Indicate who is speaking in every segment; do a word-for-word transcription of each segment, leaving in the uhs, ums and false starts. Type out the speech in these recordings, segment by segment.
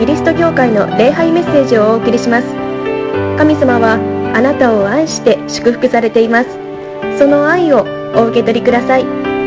Speaker 1: リスト教会の礼拝メッセージをお送りします。神様はあなたを愛して祝福されています。その愛をお受け取りください。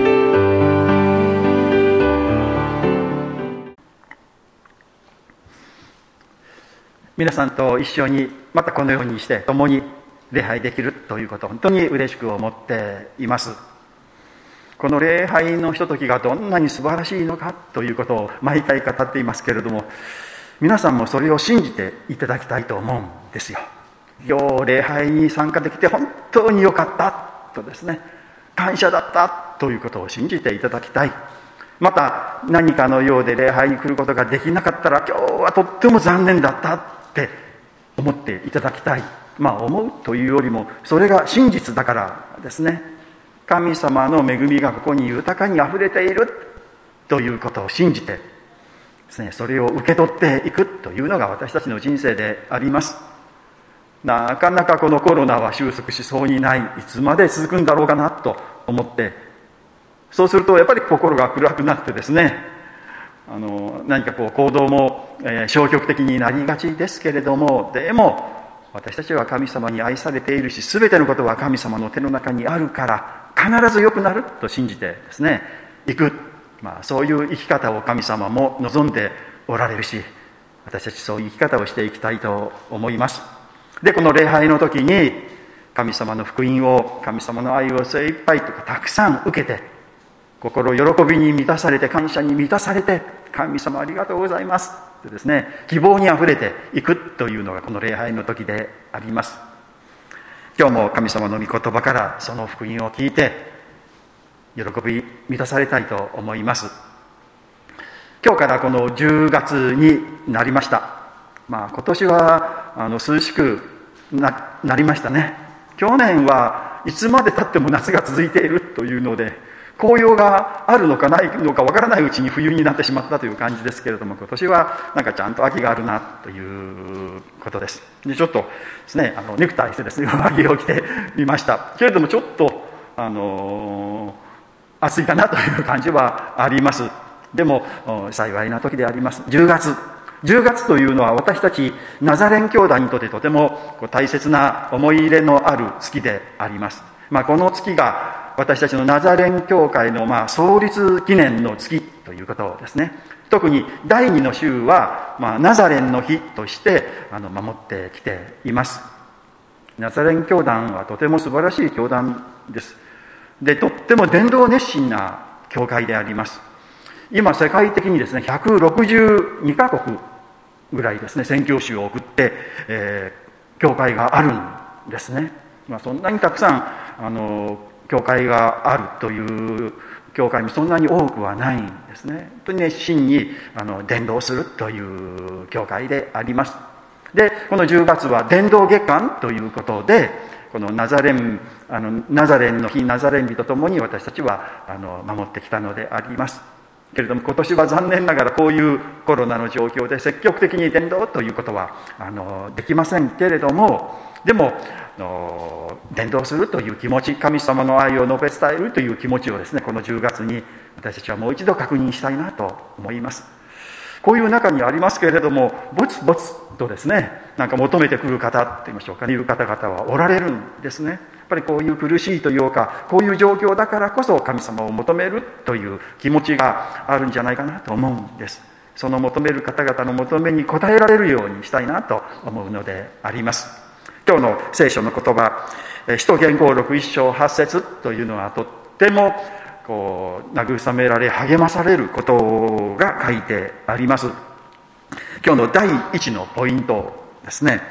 Speaker 2: 皆さんと一緒にまたこのようにして共に礼拝できるということ、本当に嬉しく思っています。この礼拝のひとときがどんなに素晴らしいのかということを毎回語っていますけれども、皆さんもそれを信じていただきたいと思うんですよ。今日礼拝に参加できて本当に良かったとですね、感謝だったということを信じていただきたい。また何かのようで礼拝に来ることができなかったら、今日はとっても残念だったって思っていただきたい。まあ思うというよりも、それが真実だからですね。神様の恵みがここに豊かにあふれているということを信じてですね、それを受け取っていくというのが私たちの人生であります。なかなかこのコロナは収束しそうにない、いつまで続くんだろうかなと思って、そうするとやっぱり心が暗くなってですね、あの何かこう行動も、えー、消極的になりがちですけれども、でも私たちは神様に愛されているし、全てのことは神様の手の中にあるから必ず良くなると信じてですね行く、まあ、そういう生き方を神様も望んでおられるし、私たちそういう生き方をしていきたいと思います。で、この礼拝の時に神様の福音を、神様の愛を精一杯とかたくさん受けて、心喜びに満たされて、感謝に満たされて、神様ありがとうございますとですね、希望にあふれていくというのがこの礼拝の時であります。今日も神様の御言葉からその福音を聞いて喜び満たされたいと思います。今日からこのじゅうがつになりました。まあ今年はあの涼しく な, なりましたね。去年はいつまで経っても夏が続いているというので、紅葉があるのかないのかわからないうちに冬になってしまったという感じですけれども、今年はなんかちゃんと秋があるなということです。で、ちょっとですね、あのネクタイしてですね、上着を着てみました。けれどもちょっとあのー、暑いかなという感じはあります。でも幸いな時であります。じゅうがつじゅうがつというのは私たちナザレン兄弟にとってとても大切な思い入れのある月であります。まあ、この月が私たちのナザレン教会のまあ創立記念の月ということですね。特にだいにの週はまあナザレンの日としてあの守ってきています。ナザレン教団はとても素晴らしい教団です。で、とっても伝道熱心な教会であります。今世界的にですねひゃくろくじゅうにカ国ぐらいですね宣教師を送って、えー、教会があるんですね。まあ、そんなにたくさんあの教会があるという教会もそんなに多くはないんですね。本当に熱心にあの伝道するという教会であります。で、このじゅうがつは伝道月間ということで、このナザレンあのナザレンの日、ナザレン日とともに私たちはあの守ってきたのでありますけれども、今年は残念ながらこういうコロナの状況で積極的に伝道ということはあのできませんけれども、でもあの伝道するという気持ち、神様の愛を述べ伝えるという気持ちをですね、このじゅうがつに私たちはもう一度確認したいなと思います。こういう中にありますけれども、ぼつぼつとですね、なんか求めてくる方って言いましょうかね、いう方々はおられるんですね。やっぱりこういう苦しいというか、こういう状況だからこそ神様を求めるという気持ちがあるんじゃないかなと思うんです。その求める方々の求めに応えられるようにしたいなと思うのであります。今日の聖書の言葉、使徒言行録一章八節というのはとってもこう慰められ励まされることが書いてあります。今日の第一のポイントですね。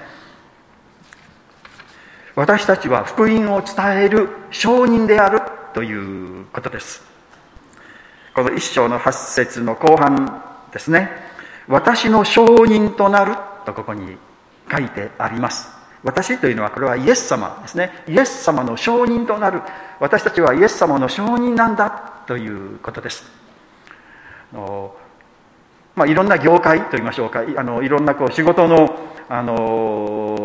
Speaker 2: 私たちは福音を伝える証人であるということです。この一章の八節の後半ですね。私の証人となるとここに書いてあります。私というのはこれはイエス様ですね。イエス様の証人となる。私たちはイエス様の証人なんだということです。あの、まあ、いろんな業界といいましょうか、あのいろんなこう仕事の、あの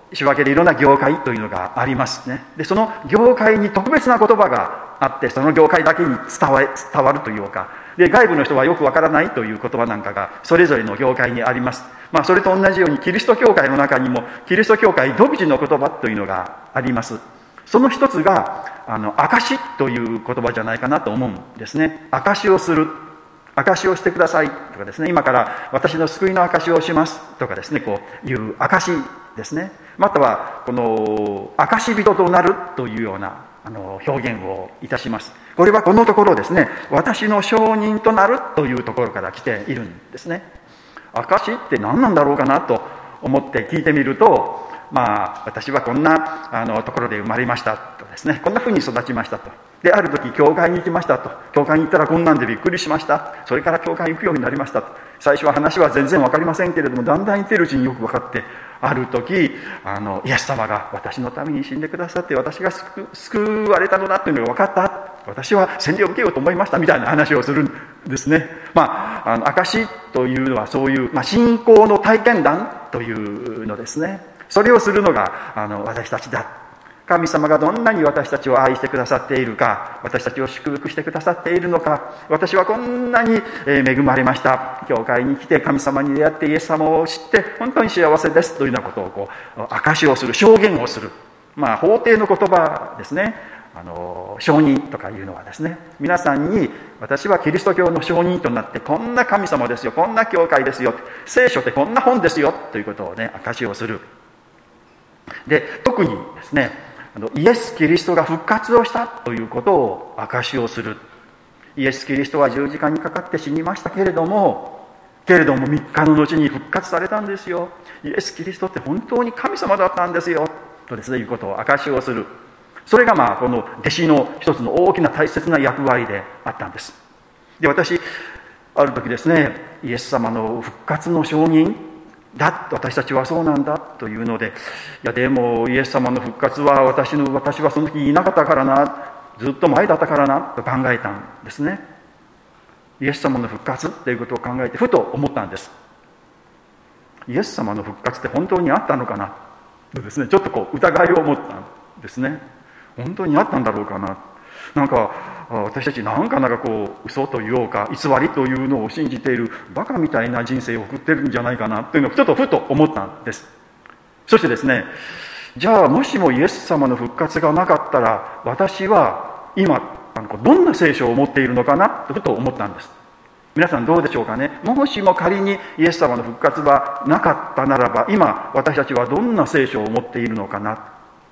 Speaker 2: 仕分けでいろんな業界というのがありますね。でその業界に特別な言葉があって、その業界だけに伝わ伝わるというか、で外部の人はよくわからないという言葉なんかがそれぞれの業界にあります。まあ、それと同じようにキリスト教会の中にもキリスト教会独自の言葉というのがあります。その一つがあの証という言葉じゃないかなと思うんですね。証をする、証をしてくださいとかですね、今から私の救いの証をしますとかですね、こういう証ですね。またはこの証人となるというようなあの表現をいたします。これはこのところですね、私の証人となるというところから来ているんですね。証って何なんだろうかなと思って聞いてみると、まあ私はこんなあのところで生まれましたとですね、こんなふうに育ちましたと。である時教会に行きましたと。教会に行ったらこんなんでびっくりしました。それから教会に行くようになりましたと。最初は話は全然わかりませんけれども、だんだん言ってるうちによく分かって、ある時あのイエス様が私のために死んでくださって、私が救救われたのだというのが分かった。私は洗礼を受けようと思いましたみたいな話をするんですね。まあ、あの証というのはそういう、まあ、信仰の体験談というのですね。それをするのがあの私たちだ。神様がどんなに私たちを愛してくださっているか、私たちを祝福してくださっているのか、私はこんなに恵まれました。教会に来て神様に出会ってイエス様を知って本当に幸せですというようなことをこう証しをする、証言をする。まあ法廷の言葉ですね。あの証人とかいうのはですね、皆さんに私はキリスト教の証人となって、こんな神様ですよ、こんな教会ですよ、聖書ってこんな本ですよということをね、証しをする。で特にですね、イエス・キリストが復活をしたということを証しをする。イエス・キリストは十字架にかかって死にましたけれども、けれどもみっかの後に復活されたんですよ。イエス・キリストって本当に神様だったんですよとですね、いうことを証しをする。それがまあこの弟子の一つの大きな大切な役割であったんです。で私ある時ですね、イエス様の復活の証人だ、私たちはそうなんだというので、いやでもイエス様の復活は私の私はその時いなかったからな、ずっと前だったからなと考えたんですね。イエス様の復活ということを考えてふと思ったんです。イエス様の復活って本当にあったのかなとですね、ちょっとこう疑いを持ったんですね。本当にあったんだろうかな。なんか私たちなんかなんかこう嘘というか偽りというのを信じているバカみたいな人生を送ってるんじゃないかなというのをちょっとふと思ったんです。そしてですね、じゃあもしもイエス様の復活がなかったら私は今どんな聖書を持っているのかなとふと思ったんです。皆さんどうでしょうかね。もしも仮にイエス様の復活はなかったならば、今私たちはどんな聖書を持っているのかな。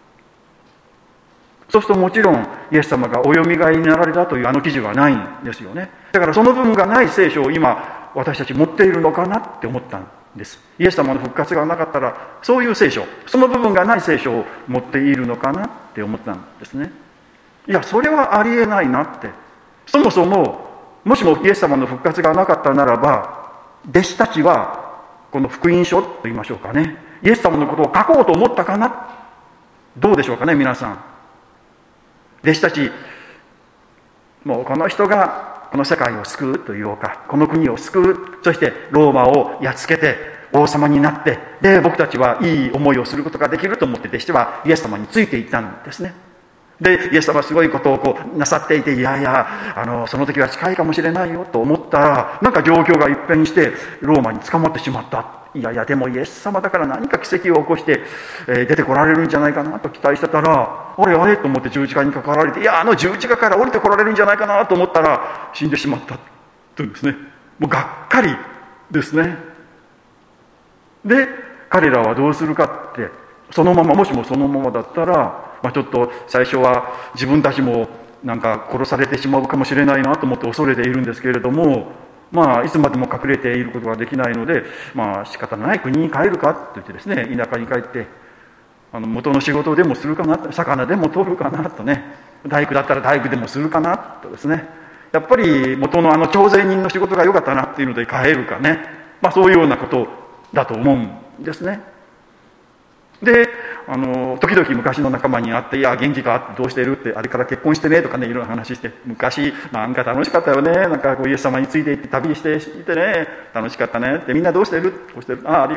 Speaker 2: そうするともちろんイエス様がおよみがえりになられたというあの記事はないんですよね。だからその部分がない聖書を今私たち持っているのかなって思ったんです。イエス様の復活がなかったらそういう聖書、その部分がない聖書を持っているのかなって思ったんですね。いやそれはありえないなって。そもそももしもイエス様の復活がなかったならば、弟子たちはこの福音書と言いましょうかね、イエス様のことを書こうと思ったかな。どうでしょうかね皆さん。弟子たち、もうこの人がこの世界を救うというか、この国を救う、そしてローマをやっつけて王様になって、で僕たちはいい思いをすることができると思って弟子はイエス様についていったんですね。でイエス様はすごいことをこうなさっていて、いやいやあのその時は近いかもしれないよと思ったら、なんか状況が一変してローマに捕まってしまった。いやいやでもイエス様だから何か奇跡を起こして、えー、出てこられるんじゃないかなと期待してたら、あれあれと思って十字架にかかられて、いやあの十字架から降りてこられるんじゃないかなと思ったら死んでしまったというんですね。もうがっかりですね。で彼らはどうするかって、そのままもしもそのままだったら、まあ、ちょっと最初は自分たちもなんか殺されてしまうかもしれないなと思って恐れているんですけれども、まあいつまでも隠れていることができないので、まあ仕方ない国に帰るかと言ってですね、田舎に帰ってあの元の仕事でもするかな、魚でも取るかなとね、大工だったら大工でもするかなとですね、やっぱり元のあの徴税人の仕事が良かったなっていうので帰るかね、まあそういうようなことだと思うんですね。であの時々昔の仲間に会って、いや元気かどうしてるって、あれから結婚してねとかね、いろいろ話して、昔なんか楽しかったよね、なんかこうイエス様についていって旅していてね楽しかったねって、みんなどうしてるこうしてる、ああありがとうって、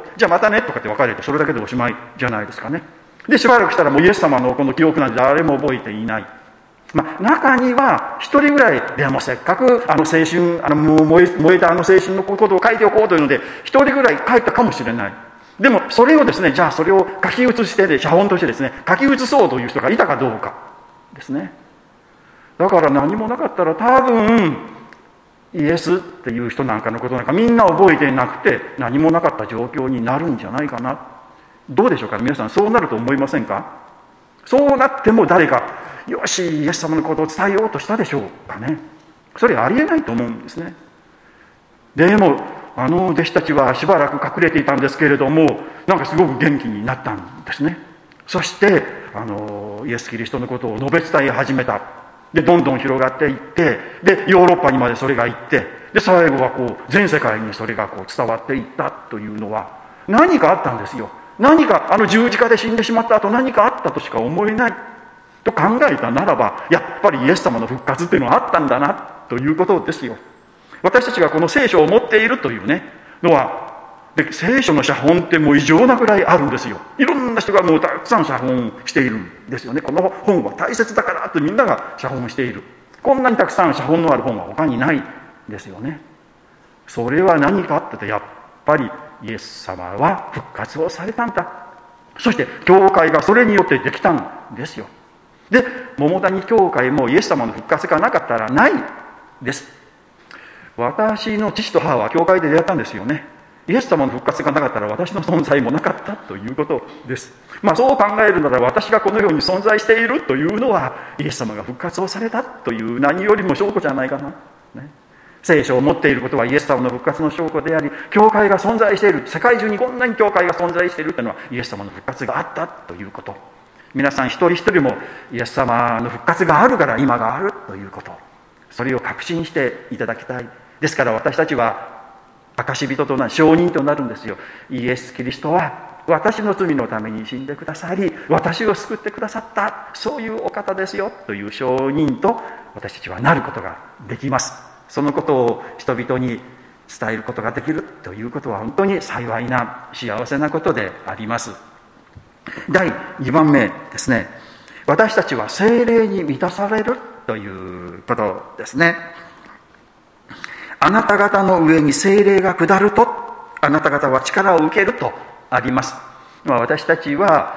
Speaker 2: じゃあまたねとかって別れて、それだけでおしまいじゃないですかね。でしばらくしたらもうイエス様のこの記憶なんて誰も覚えていない。まあ、中には一人ぐらい、でもせっかくあの青春、あの燃え、燃えたあの青春のことを書いておこうというので、一人ぐらい書いたかもしれない。でもそれをですね、じゃあそれを書き写してで、写本としてですね、書き写そうという人がいたかどうかですね。だから何もなかったら多分、イエスっていう人なんかのことなんかみんな覚えていなくて、何もなかった状況になるんじゃないかな。どうでしょうか、皆さん、そうなると思いませんか？そうなっても誰か、よし、イエス様のことを伝えようとしたでしょうかね。それありえないと思うんですね。でも、あの弟子たちはしばらく隠れていたんですけれども、なんかすごく元気になったんですね。そして、あの、イエス・キリストのことを述べ伝え始めた。で、どんどん広がっていって、で、ヨーロッパにまでそれが行って、で、最後はこう、全世界にそれがこう伝わっていったというのは、何かあったんですよ。何か、あの十字架で死んでしまった後何かあったとしか思えないと考えたならば、やっぱりイエス様の復活っていうのはあったんだなということですよ。私たちがこの聖書を持っているというねのは、で聖書の写本ってもう異常なくらいあるんですよ。いろんな人がもうたくさん写本しているんですよね。この本は大切だからとみんなが写本している。こんなにたくさん写本のある本は他にないですよね。それは何かって言って、やっぱりイエス様は復活をされたんだ。そして教会がそれによってできたんですよ。で、桃谷教会もイエス様の復活がなかったらないです。私の父と母は教会で出会ったんですよね。イエス様の復活がなかったら私の存在もなかったということです。まあそう考えるなら、私がこのように存在しているというのはイエス様が復活をされたという何よりも証拠じゃないかな、ね、聖書を持っていることはイエス様の復活の証拠であり、教会が存在している、世界中にこんなに教会が存在しているというのはイエス様の復活があったということ。皆さん一人一人もイエス様の復活があるから今があるということ、それを確信していただきたい。ですから私たちは証人となる、証人となるんですよ。イエス・キリストは私の罪のために死んでくださり、私を救ってくださった、そういうお方ですよという証人と私たちはなることができます。そのことを人々に伝えることができるということは本当に幸いな幸せなことであります。だいにばんめですね、私たちは聖霊に満たされるということですね。あなた方の上に聖霊が下ると、あなた方は力を受けるとあります。まあ、私たちは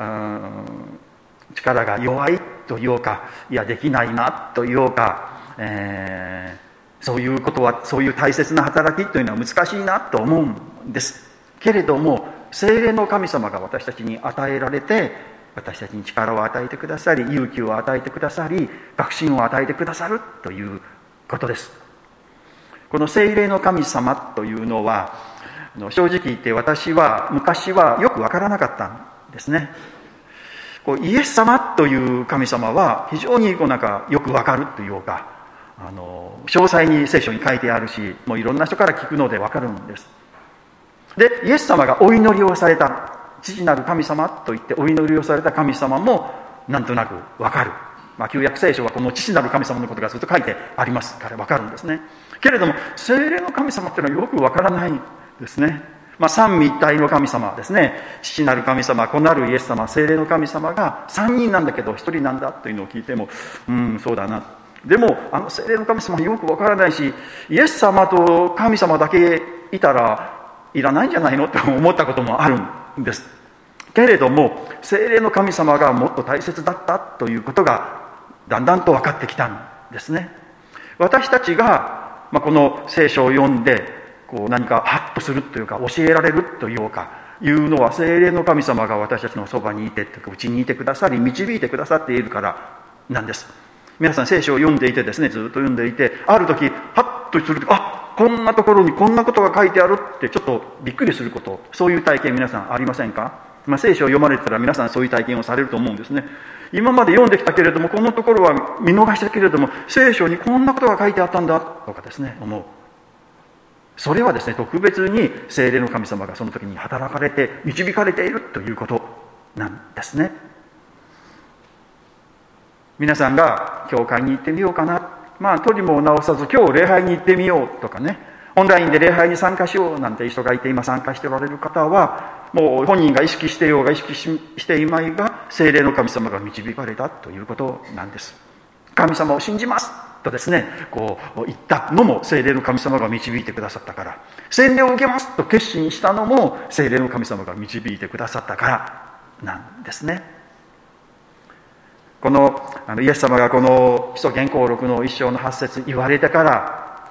Speaker 2: 力が弱いというか、いやできないなというか、えー、そういうことは、そういう大切な働きというのは難しいなと思うんです。けれども聖霊の神様が私たちに与えられて、私たちに力を与えてくださり、勇気を与えてくださり、確信を与えてくださるということです。この聖霊の神様というのは、正直言って私は昔はよくわからなかったんですね。こうイエス様という神様は非常にこうなんかよくわかるというか、あの詳細に聖書に書いてあるし、もういろんな人から聞くのでわかるんです。で、イエス様がお祈りをされた、父なる神様と言ってお祈りをされた神様もなんとなくわかる。まあ、旧約聖書はこの父なる神様のことがずっと書いてありますからわかるんですね。けれども聖霊の神様っていうのはよくわからないんですね。まあ、三位一体の神様ですね。父なる神様、子なるイエス様、聖霊の神様が三人なんだけど一人なんだというのを聞いても、うんそうだな。でもあの聖霊の神様はよくわからないし、イエス様と神様だけいたらいらないんじゃないのと思ったこともあるんです。けれども聖霊の神様がもっと大切だったということがだんだんと分かってきたんですね。私たちが、まあ、この聖書を読んでこう何かハッとするというか、教えられるというかいうのは、聖霊の神様が私たちのそばにいて、うちにいてくださり導いてくださっているからなんです。皆さん聖書を読んでいてですね、ずっと読んでいて、ある時ハッとすると、あ、こんなところにこんなことが書いてあるってちょっとびっくりすること、そういう体験皆さんありませんか？まあ、聖書を読まれてたら皆さんそういう体験をされると思うんですね。今まで読んできたけれども、このところは見逃したけれども、聖書にこんなことが書いてあったんだとかですね、思う。それはですね、特別に聖霊の神様がその時に働かれて導かれているということなんですね。皆さんが教会に行ってみようかな、まあ取りも直さず今日礼拝に行ってみようとかね、 オンラインで礼拝に参加しようなんていう人がいて今参加しておられる方は、もう本人が意識していようが意識していまいが聖霊の神様が導かれたということなんです。神様を信じますとですね、こう言ったのも聖霊の神様が導いてくださったから、洗礼を受けますと決心したのも聖霊の神様が導いてくださったからなんですね。このあのイエス様がこの使徒言行録の一章の八節言われてから、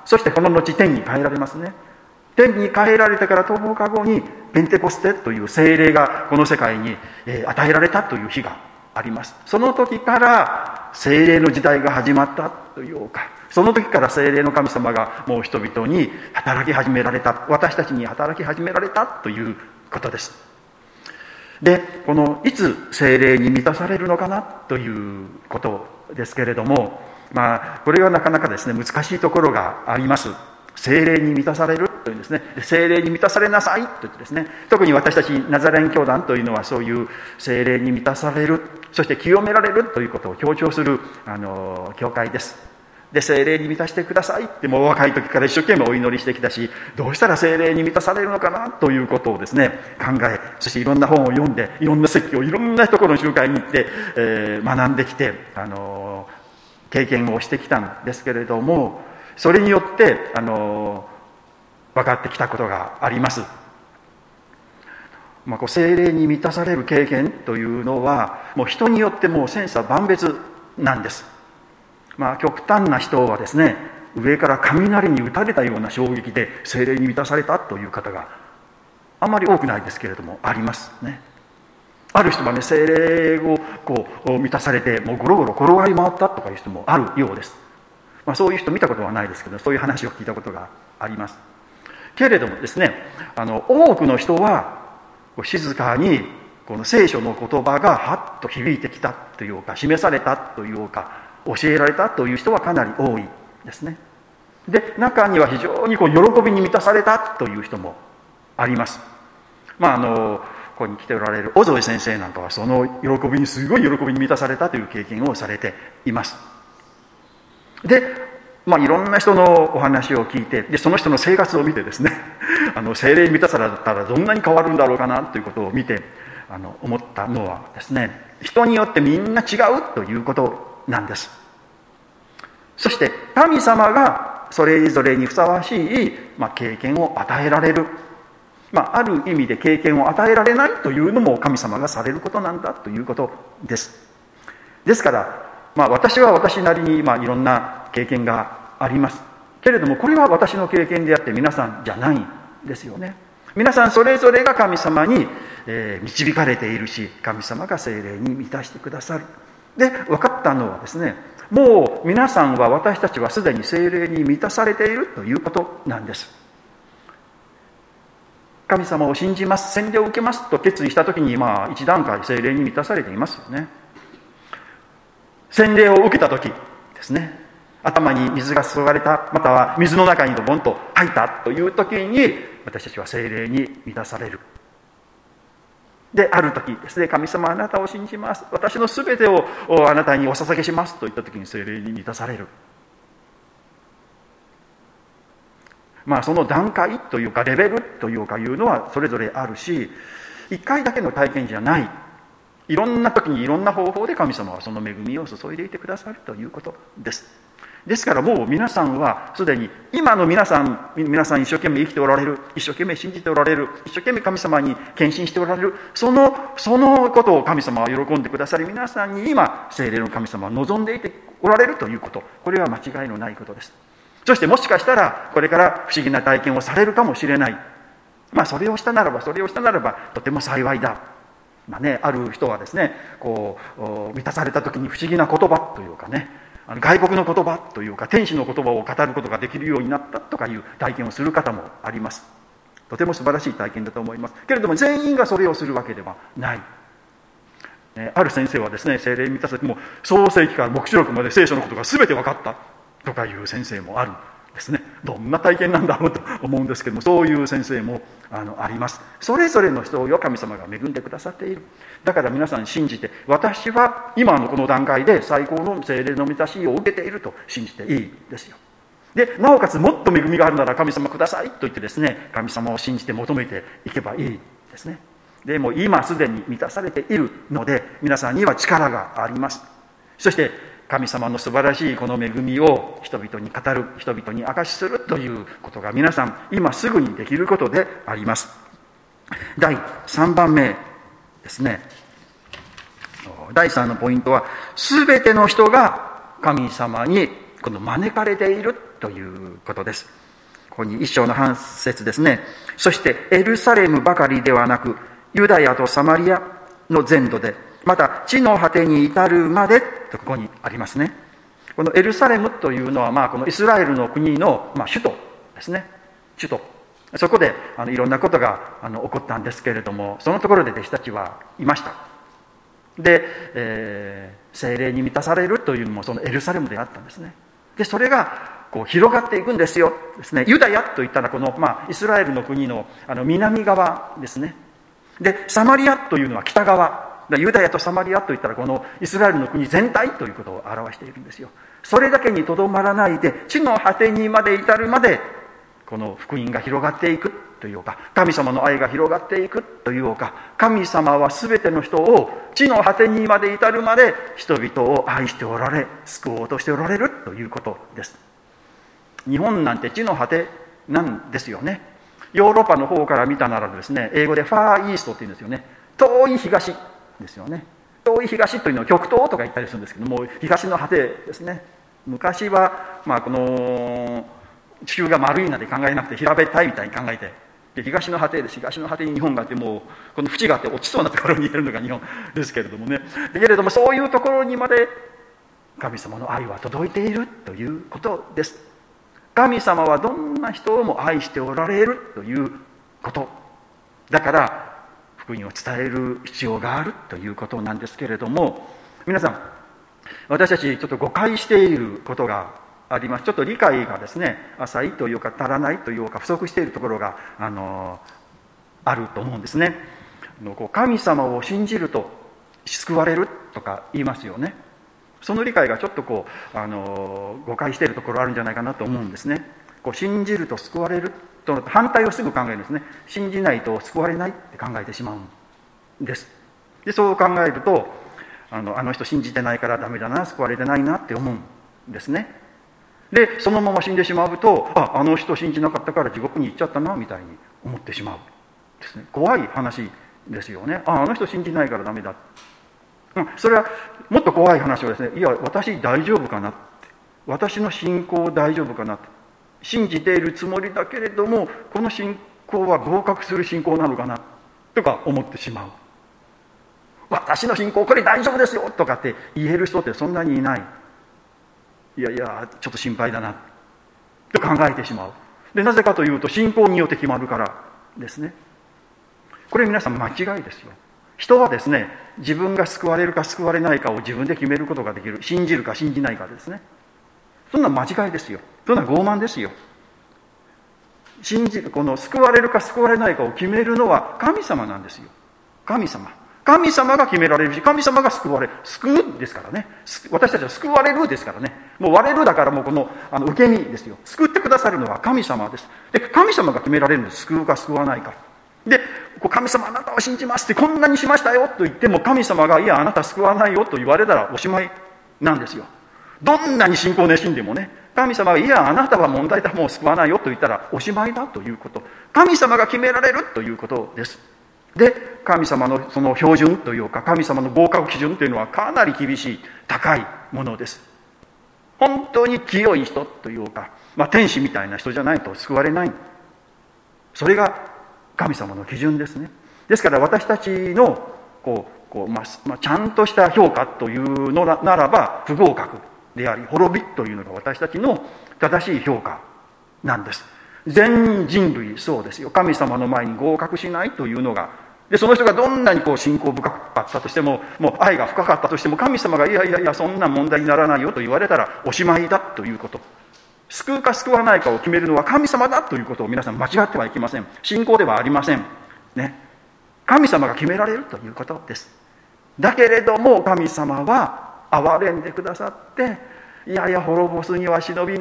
Speaker 2: そしてこの後天に帰られますね。天に帰られてからとおかごにペンテコステという聖霊がこの世界に与えられたという日があります。その時から聖霊の時代が始まったというか、その時から聖霊の神様がもう人々に働き始められた、私たちに働き始められたということです。で、このいつ聖霊に満たされるのかなということですけれども、まあこれはなかなかですね難しいところがあります。聖霊に満たされるというんですね。聖霊に満たされなさいと言ってですね、特に私たちナザレン教団というのはそういう聖霊に満たされる、そして清められるということを強調するあの教会です。で、聖霊に満たしてくださいってもう若い時から一生懸命お祈りしてきたし、どうしたら聖霊に満たされるのかなということをですね考え、そしていろんな本を読んで、いろんな説教をいろんなところの集会に行って、えー、学んできてあの経験をしてきたんですけれども、それによってあの分かってきたことがあります。まあ、こう聖霊に満たされる経験というのはもう人によってもう千差万別なんです。まあ、極端な人はですね、上から雷に打たれたような衝撃で聖霊に満たされたという方があんまり多くないですけれどもありますね。ある人はね、聖霊をこう満たされてもうゴロゴロ転がり回ったとかいう人もあるようです。まあ、そういう人見たことはないですけど、そういう話を聞いたことがありますけれどもですね、あの多くの人は静かにこの聖書の言葉がはっと響いてきたというか、示されたというか、教えられたという人はかなり多いですね。で、中には非常にこう喜びに満たされたという人もあります。まああのここに来ておられる小添先生なんかはその喜びにすごい喜びに満たされたという経験をされています。で、まあいろんな人のお話を聞いて、でその人の生活を見てですねあの聖霊に満たされたらどんなに変わるんだろうかなということを見てあの思ったのはですね、人によってみんな違うということなんです。そして神様がそれぞれにふさわしい、まあ、経験を与えられる、まあ、ある意味で経験を与えられないというのも神様がされることなんだということです。ですから、まあ、私は私なりに、まあ、いろんな経験がありますけれども、これは私の経験であって皆さんじゃないんですよね。皆さんそれぞれが神様に、えー、導かれているし、神様が聖霊に満たしてくださる。で、分かったのはですね、もう皆さんは、私たちはすでに聖霊に満たされているということなんです。神様を信じます、洗礼を受けますと決意したときに、まあ一段階聖霊に満たされていますよね。洗礼を受けたときですね、頭に水が注がれた、または水の中にドボンと入ったというときに、私たちは聖霊に満たされる。で、ある時ですね、神様あなたを信じます、私のすべてをあなたにお捧げしますと言った時に聖霊に満たされる。まあその段階というかレベルというかいうのはそれぞれあるし、一回だけの体験じゃない、いろんな時にいろんな方法で神様はその恵みを注いでいてくださるということです。ですからもう皆さんはすでに、今の皆さん皆さん一生懸命生きておられる、一生懸命信じておられる、一生懸命神様に献身しておられる、そのそのことを神様は喜んでくださり、皆さんに今聖霊の神様は望んでいておられるということ、これは間違いのないことです。そしてもしかしたらこれから不思議な体験をされるかもしれない。まあそれをしたならばそれをしたならばとても幸いだ。まあね、ある人はですね、こう満たされた時に不思議な言葉というかね、あの外国の言葉というか天使の言葉を語ることができるようになったとかいう体験をする方もあります。とても素晴らしい体験だと思いますけれども、全員がそれをするわけではない。ある先生はですね、聖霊に満たされても創世記から黙示録まで聖書のことが全て分かったとかいう先生もあるんですね。どんな体験なんだろうと思うんですけども、そういう先生も あのあります。それぞれの人を神様が恵んでくださっている。だから皆さん信じて、私は今のこの段階で最高の聖霊の満たしを受けていると信じていいですよ。 でなおかつもっと恵みがあるなら神様くださいと言ってですね、神様を信じて求めていけばいいですね。でも今すでに満たされているので、皆さんには力があります。そして神様の素晴らしいこの恵みを人々に語る、人々に証しするということが皆さん今すぐにできることであります。だいさんばんめですね。だいさんのポイントは、すべての人が神様にこの招かれているということです。ここに一章の半節ですね。そしてエルサレムばかりではなく、ユダヤとサマリアの全土で、また地の果てに至るまでとここにありますね。このエルサレムというのは、まあ、このイスラエルの国の、まあ、首都ですね。首都。そこであのいろんなことがあの起こったんですけれども、そのところで弟子たちはいました。で、えー、聖霊に満たされるというのもそのエルサレムであったんですね。で、それがこう広がっていくんですよですね。ユダヤといったらこの、まあ、イスラエルの国の、あの南側ですね。で、サマリアというのは北側。ユダヤとサマリアといったらこのイスラエルの国全体ということを表しているんですよ。それだけにとどまらないで、地の果てにまで至るまでこの福音が広がっていくというか、神様の愛が広がっていくというか、神様はすべての人を地の果てにまで至るまで人々を愛しておられ、救おうとしておられるということです。日本なんて地の果てなんですよね。ヨーロッパの方から見たならですね、英語でファーイーストって言うんですよね。遠い東ですよね。遠い東というのは極東とか言ったりするんですけども、東の果てですね。昔は、まあ、この地球が丸いなんて考えなくて平べったいみたいに考えて、で東の果てです。東の果てに日本があって、もうこの縁があって落ちそうなところにいるのが日本ですけれどもね。だけれどもそういうところにまで神様の愛は届いているということです。神様はどんな人をも愛しておられるということ。だから福音を伝える必要があるということなんですけれども、皆さん、私たちちょっと誤解していることがあります。ちょっと理解がですね、浅いというか足らないというか不足しているところがあのあると思うんですね。こう神様を信じると救われるとか言いますよね。その理解がちょっとこうあの誤解しているところあるんじゃないかなと思うんですね。こう信じると救われると反対をすぐ考えるんですね。信じないと救われないって考えてしまうんです。でそう考えるとあのあの人信じてないからダメだな、救われてないなって思うんですね。でそのまま死んでしまうと、ああの人信じなかったから地獄に行っちゃったなみたいに思ってしまうですね。怖い話ですよね。ああの人信じないからダメだ。うん、それはもっと怖い話はですね、いや私大丈夫かなって、私の信仰大丈夫かなって、信じているつもりだけれどもこの信仰は合格する信仰なのかなとか思ってしまう。私の信仰これ大丈夫ですよとかって言える人ってそんなにいない。いやいやちょっと心配だなと考えてしまう。でなぜかというと信仰によって決まるからですね。これ皆さん間違いですよ。人はですね、自分が救われるか救われないかを自分で決めることができる。信じるか信じないかですね。そんな間違いですよ。そんな傲慢ですよ。信じる、この救われるか救われないかを決めるのは神様なんですよ。神様。神様が決められるし、神様が救われる。救うですからね。私たちは救われるですからね。もう割れるだからもうこの、あの受け身ですよ。救ってくださるのは神様です。で、神様が決められるんです。救うか救わないか。で、神様あなたを信じますってこんなにしましたよと言っても神様がいやあなた救わないよと言われたらおしまいなんですよ。どんなに信仰熱心でもね、神様がいやあなたは問題だもう救わないよと言ったらおしまいだということ。神様が決められるということです。で、神様のその標準というか神様の合格基準というのはかなり厳しい高いものです。本当に清い人というか、まあ、天使みたいな人じゃないと救われない。それが神様の基準ですね。ですから私たちのこうこう、まあまあ、ちゃんとした評価というのならば不合格であり滅びというのが私たちの正しい評価なんです。全人類そうですよ。神様の前に合格しないというのが、でその人がどんなにこう信仰深かったとしても、もう愛が深かったとしても神様がいやいやいやそんな問題にならないよと言われたらおしまいだということ。救うか救わないかを決めるのは神様だということを皆さん間違ってはいけません。信仰ではありませんね。神様が決められるということです。だけれども神様は憐れんでくださって、いやいや滅ぼすには忍びない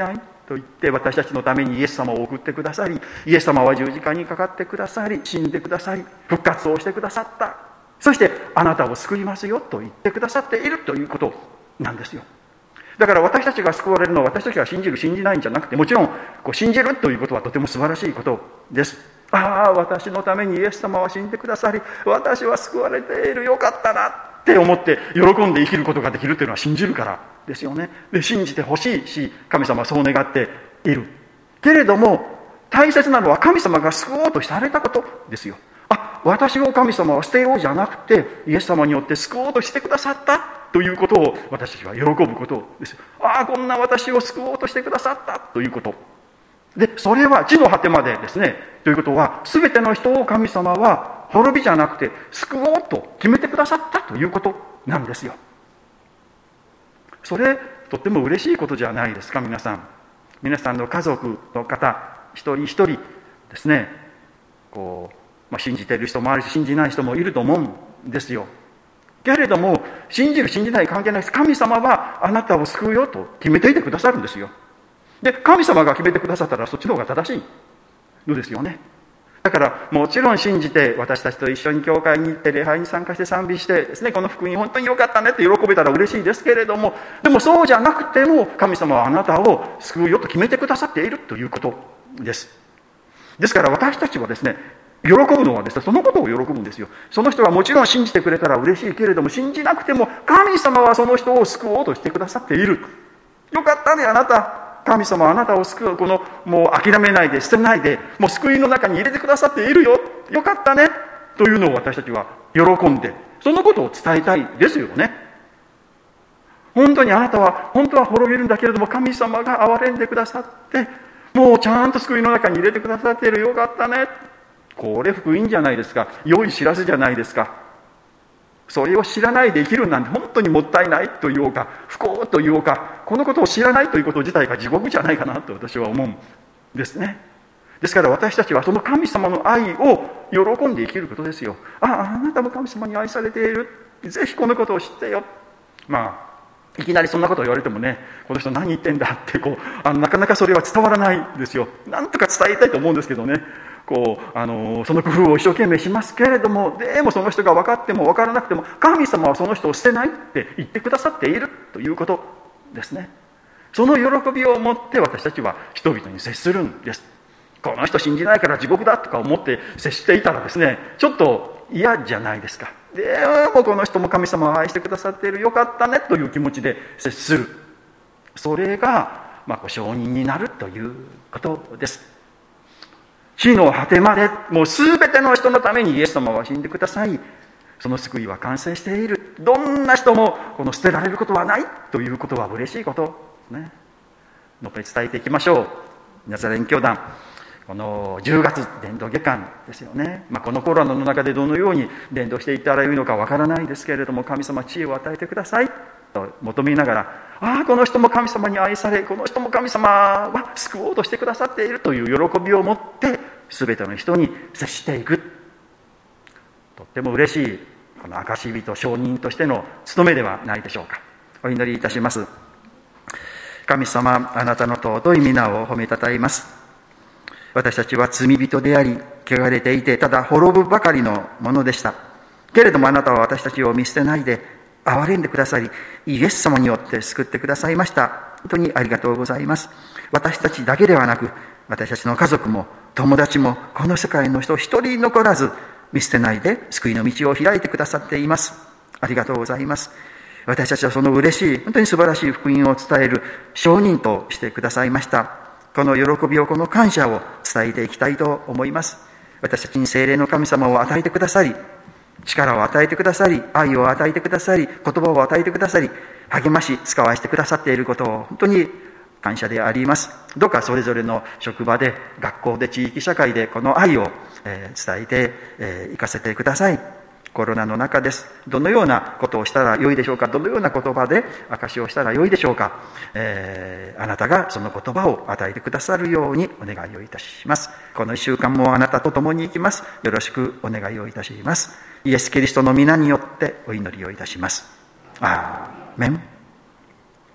Speaker 2: と言って私たちのためにイエス様を送ってくださり、イエス様は十字架にかかってくださり、死んでくださり、復活をしてくださった。そしてあなたを救いますよと言ってくださっているということなんですよ。だから私たちが救われるのは私たちが信じる信じないんじゃなくて、もちろんこう信じるということはとても素晴らしいことです。ああ、私のためにイエス様は死んでくださり、私は救われている、よかったなって思って喜んで生きることができるというのは信じるからですよね。で信じてほしいし、神様はそう願っているけれども、大切なのは神様が救おうとされたことですよ。あ、私を神様は捨てようじゃなくて、イエス様によって救おうとしてくださったということを私たちは喜ぶことですよ。ああ、こんな私を救おうとしてくださったということで、それは地の果てまでですね。ということは、全ての人を神様は滅びじゃなくて救おうと決めてくださったということなんですよ。それとっても嬉しいことじゃないですか。皆さん皆さんの家族の方一人一人ですね、こう、まあ、信じている人もあるし信じない人もいると思うんですよ。けれども信じる信じない関係ないです。神様はあなたを救うよと決めていてくださるんですよ。で、神様が決めてくださったらそっちの方が正しいのですよね。だからもちろん信じて私たちと一緒に教会に行って礼拝に参加して賛美してですね、この福音本当に良かったねって喜べたら嬉しいですけれども、でもそうじゃなくても神様はあなたを救うよと決めてくださっているということです。ですから私たちはですね、喜ぶのはですね、そのことを喜ぶんですよ。その人がもちろん信じてくれたら嬉しいけれども、信じなくても神様はその人を救おうとしてくださっている。よかったね、あなた。神様はあなたを救う、このもう諦めないで捨てないで、もう救いの中に入れてくださっているよ、よかったねというのを私たちは喜んで、そのことを伝えたいですよね。本当にあなたは本当は滅びるんだけれども、神様が憐れんでくださって、もうちゃんと救いの中に入れてくださっている、よかったね。これ福音じゃないですか。良い知らせじゃないですか。それを知らないで生きるなんて本当にもったいないというか、不幸というか、このことを知らないということ自体が地獄じゃないかなと私は思うんですね。ですから私たちはその神様の愛を喜んで生きることですよ。あ、あなたも神様に愛されている。ぜひこのことを知ってよ。まあいきなりそんなことを言われてもね、この人何言ってんだってこうあのなかなかそれは伝わらないですよ。なんとか伝えたいと思うんですけどね、こうあのその工夫を一生懸命しますけれども、でもその人が分かっても分からなくても神様はその人を捨てないって言ってくださっているということですね。その喜びを持って私たちは人々に接するんです。この人信じないから地獄だとか思って接していたらですね、ちょっと嫌じゃないですか。でもこの人も神様を愛してくださっている、よかったねという気持ちで接する。それが、まあ、承認になるということです。地の果てまでもう全ての人のためにイエス様は死んでください。その救いは完成している。どんな人もこの捨てられることはないということは嬉しいことですね。残り伝えていきましょう。ナザレン教団、このじゅうがつ伝道月間ですよね。まあ、このコロナの中でどのように伝道していったらいいのかわからないですけれども、神様知恵を与えてくださいと求めながら、ああこの人も神様に愛され、この人も神様は救おうとしてくださっているという喜びを持って全ての人に接していく、とっても嬉しいこの証人証人としての務めではないでしょうか。お祈りいたします。神様、あなたの尊い皆を褒めたたえます。私たちは罪人であり汚れていて、ただ滅ぶばかりのものでしたけれども、あなたは私たちを見捨てないで憐れんでくださり、イエス様によって救ってくださいました。本当にありがとうございます。私たちだけではなく、私たちの家族も友達もこの世界の人一人残らず見捨てないで救いの道を開いてくださっています。ありがとうございます。私たちはその嬉しい、本当に素晴らしい福音を伝える証人としてくださいました。この喜びを、この感謝を伝えていきたいと思います。私たちに聖霊の神様を与えてくださり、力を与えてくださり、愛を与えてくださり、言葉を与えてくださり、励まし使わせてくださっていることを本当に感謝であります。どうかそれぞれの職場で、学校で、地域社会でこの愛を伝えていかせてください。コロナの中です。どのようなことをしたらよいでしょうか。どのような言葉で証しをしたらよいでしょうか。えー、あなたがその言葉を与えてくださるようにお願いをいたします。この一週間もあなたと共に行きます。よろしくお願いをいたします。イエス・キリストの皆によってお祈りをいたします。アーメン。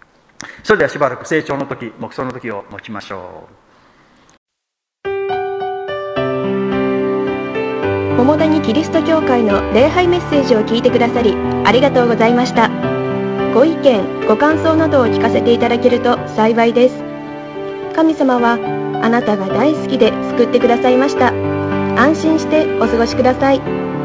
Speaker 2: それではしばらく成長の時、黙想の時を持ちましょう。
Speaker 1: 桃谷キリスト教会の礼拝メッセージを聞いてくださりありがとうございました。ご意見ご感想などを聞かせていただけると幸いです。神様はあなたが大好きで救ってくださいました。安心してお過ごしください。